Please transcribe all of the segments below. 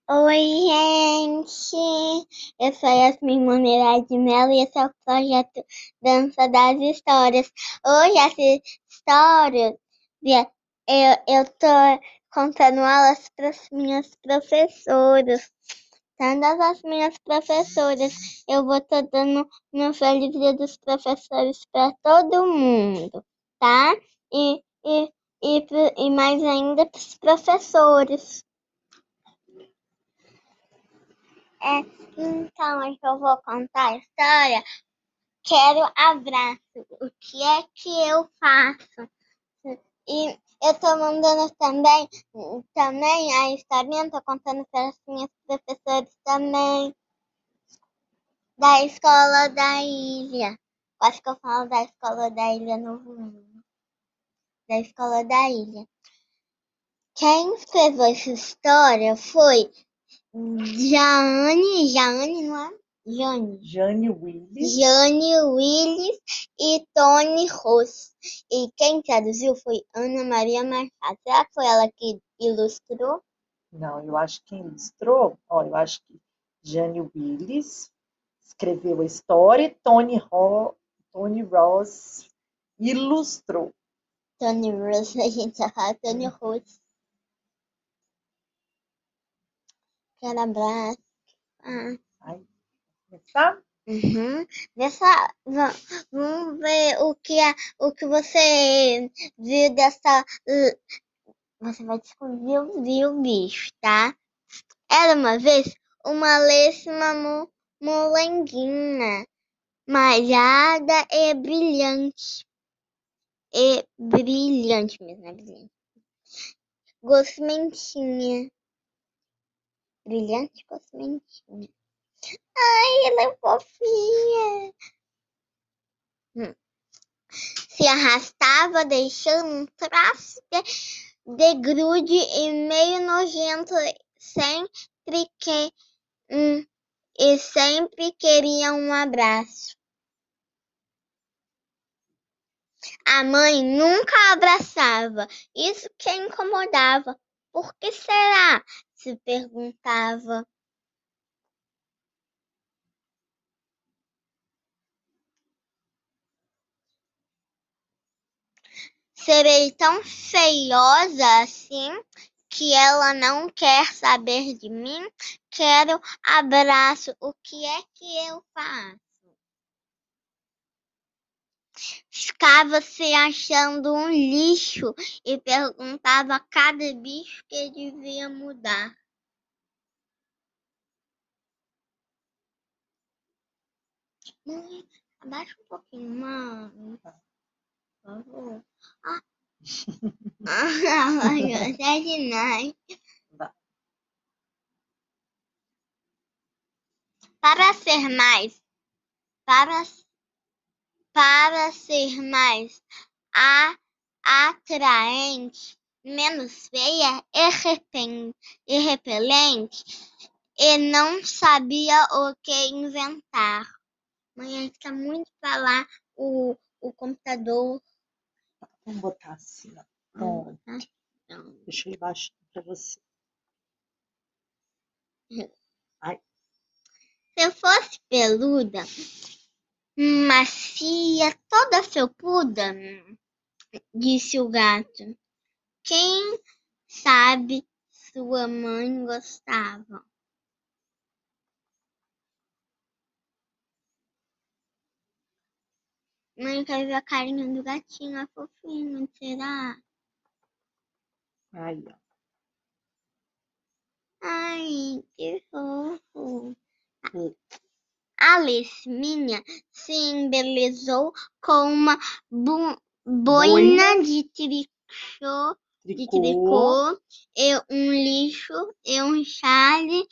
Oi, gente! Eu sou Yasmin Monteiro de Mello e esse é o projeto Dança das Histórias. Hoje, essa história, eu tô contando elas para as minhas professoras. Todas as minhas professoras. Eu vou estar dando meu feliz dia dos professores para todo mundo, tá? E mais ainda para os professores. Então, hoje eu vou contar a história. Quero abraço. O que é que eu faço? E eu tô mandando também a historinha, tô contando para as minhas professoras também, da escola da ilha. Acho que eu falo da escola da ilha Novo Mundo. Da escola da ilha. Quem escreveu essa história foi Jane, não é? Jane Willis e Tony Ross. E quem traduziu foi Ana Maria Machado. Será que foi ela que ilustrou? Não, eu acho que quem ilustrou, eu acho que Jane Willis escreveu a história e Tony Ross ilustrou. Tony Ross, a gente já fala Tony Ross. Quero abraço. Aí, começar? Vamos ver o que você viu dessa. Você vai descobrir o bicho, tá? Era uma vez uma lesma molenguinha, malhada e brilhante. E brilhante mesmo, é brilhante. Gosmentinha. Brilhante gosmentinha. Ai, ela é fofinha. Se arrastava, deixando um traço de grude e meio nojento, sempre queria um abraço. A mãe nunca abraçava, isso que incomodava. Por que será? Se perguntava. Serei tão feiosa assim que ela não quer saber de mim? Quero abraço. O que é que eu faço? Ficava se achando um lixo e perguntava a cada bicho que devia mudar. Mãe, abaixa um pouquinho, mãe. Por favor. É demais. Para ser mais, para, para ser mais atraente, menos feia e repelente, e não sabia o que inventar. Mãe, está muito para lá o computador. Vamos botar assim, ó. Pronto. Deixa eu ir baixo para você. Ai. Se eu fosse peluda, macia, toda felpuda, disse o gato. Quem sabe sua mãe gostava. Mãe, quer ver a carinha do gatinho, é fofinho, será? Aí, ó. Ai, que fofo. A lesminha se embelezou com uma boina de tricô e um lixo e um chale.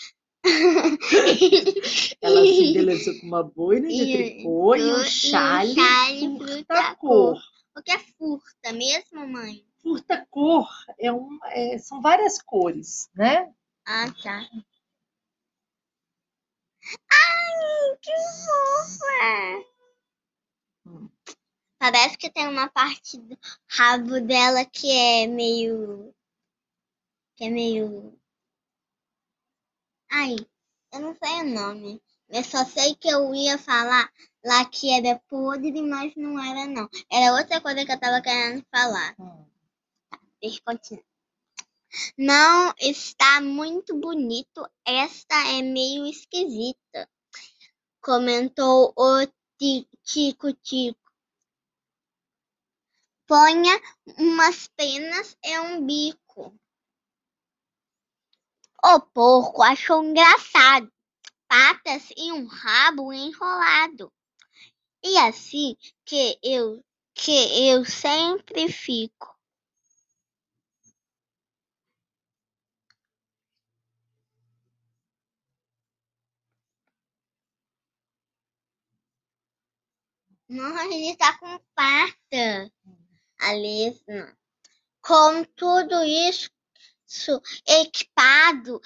Ela se embelezou com uma boina de tricô e um chale furta-cor. O que é furta mesmo, mãe? Furta-cor são várias cores, né? Ah, tá. Ai, que fofa! Parece que tem uma parte do rabo dela que é meio Ai, eu não sei o nome. Eu só sei que eu ia falar lá que era podre, mas não era, não. Era outra coisa que eu tava querendo falar. Deixa eu continuar. Não está muito bonito. Esta é meio esquisita, comentou o Tico-Tico. Ponha umas penas e um bico. O porco achou engraçado. Patas e um rabo enrolado. E assim que eu sempre fico. Nossa, ele tá com pata. A lesma. Com tudo isso equipado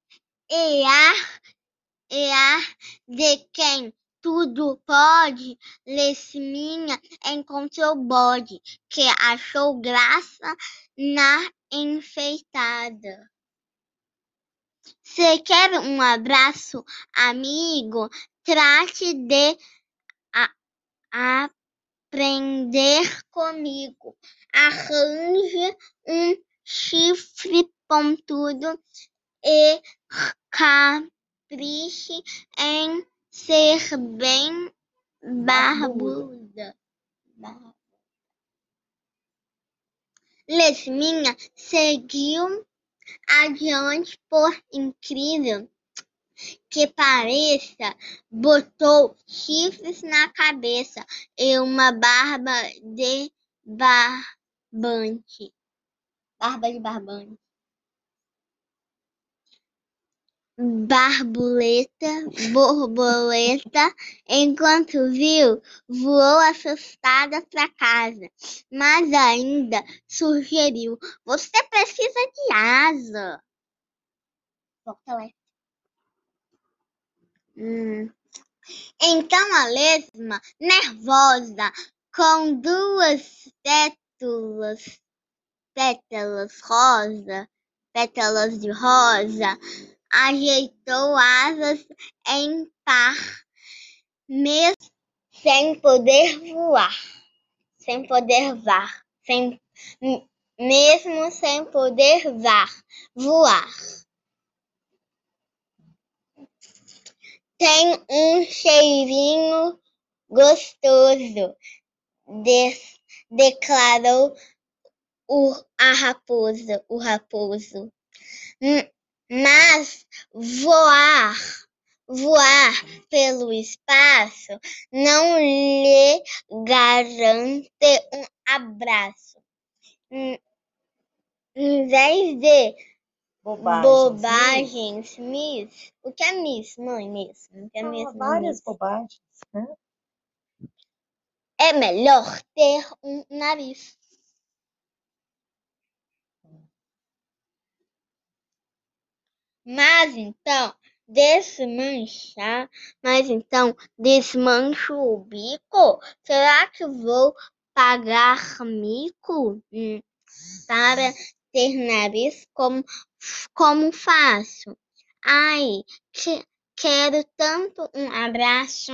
e ar de quem tudo pode, Lesminha encontrou bode, que achou graça na enfeitada. Se quer um abraço, amigo, trate de aprender comigo. Arranje um chifre pontudo e capriche em ser bem barbuda. Lesminha seguiu adiante, por incrível que pareça, botou chifres na cabeça e uma barba de barbante. Barba de barbante. Borboleta, enquanto viu, voou assustada para casa, mas ainda sugeriu: você precisa de asa. Volta lá. Então a lesma, nervosa, com duas pétalas de rosa, ajeitou asas em par, mesmo sem poder voar. Mesmo sem poder voar. Tem um cheirinho gostoso, declarou o raposo. Mas voar pelo espaço não lhe garante um abraço. Em vez de bobagens, Miss. O que é Miss, mãe, mesmo? O que é mesmo, várias Miss? bobagens, né? É melhor ter um nariz. Mas então desmancho o bico? Será que vou pagar mico para ter nariz? Como faço? Ai, quero tanto um abraço.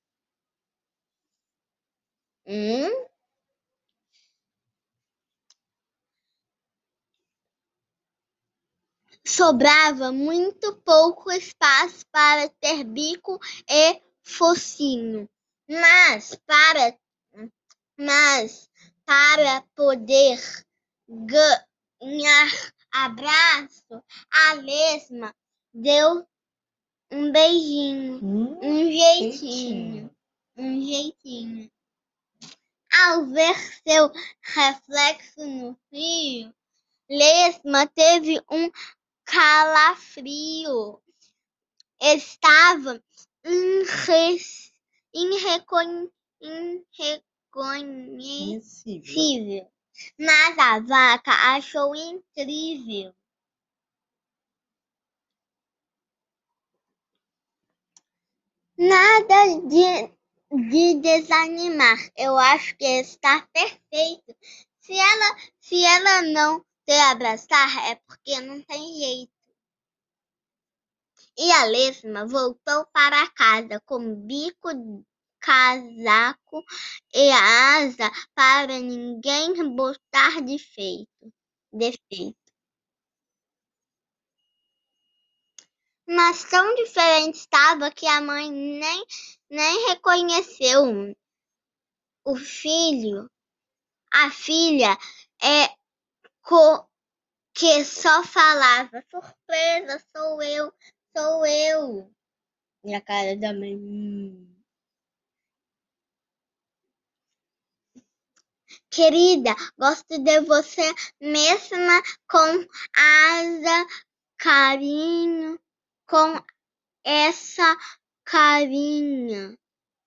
Sobrava muito pouco espaço para ter bico e focinho, mas para poder ganhar abraço, a lesma deu um beijinho, um jeitinho. Ao ver seu reflexo no rio, lesma teve um calafrio. Estava irreconhecível, mas a vaca achou incrível. Nada de desanimar. Eu acho que está perfeito. Se ela não te abraçar, é porque não tem jeito. E a lesma voltou para casa com bico, casaco e asa para ninguém botar defeito. Mas tão diferente estava que a mãe nem reconheceu o filho. A filha que só falava: surpresa, sou eu, sou eu. E a cara da mãe. Querida, gosto de você mesma com asa, carinho, com essa carinha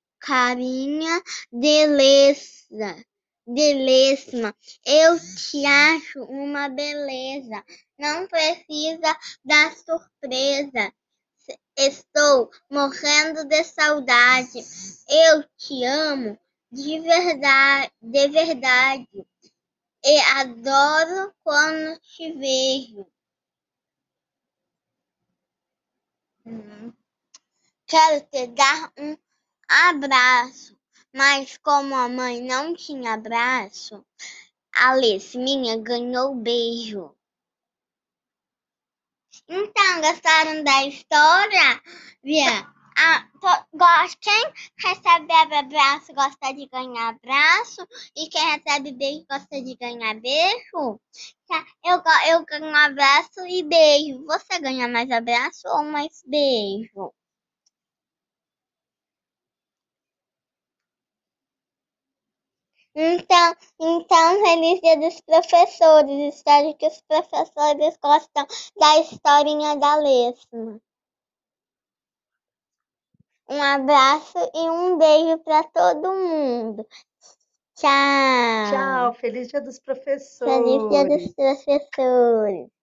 de lesma. Eu te acho uma beleza. Não precisa dar surpresa. Estou morrendo de saudade. Eu te amo de verdade. E adoro quando te vejo. Quero te dar um abraço, mas como a mãe não tinha abraço, a lesminha ganhou beijo. Então, gostaram da história? Quem recebe abraço gosta de ganhar abraço, e quem recebe beijo gosta de ganhar beijo. Eu ganho abraço e beijo. Você ganha mais abraço ou mais beijo? Então, feliz dia dos professores. Espero que os professores gostam da historinha da lesma. Um abraço e um beijo para todo mundo. Tchau. Tchau, feliz dia dos Feliz dia dos professores. professores.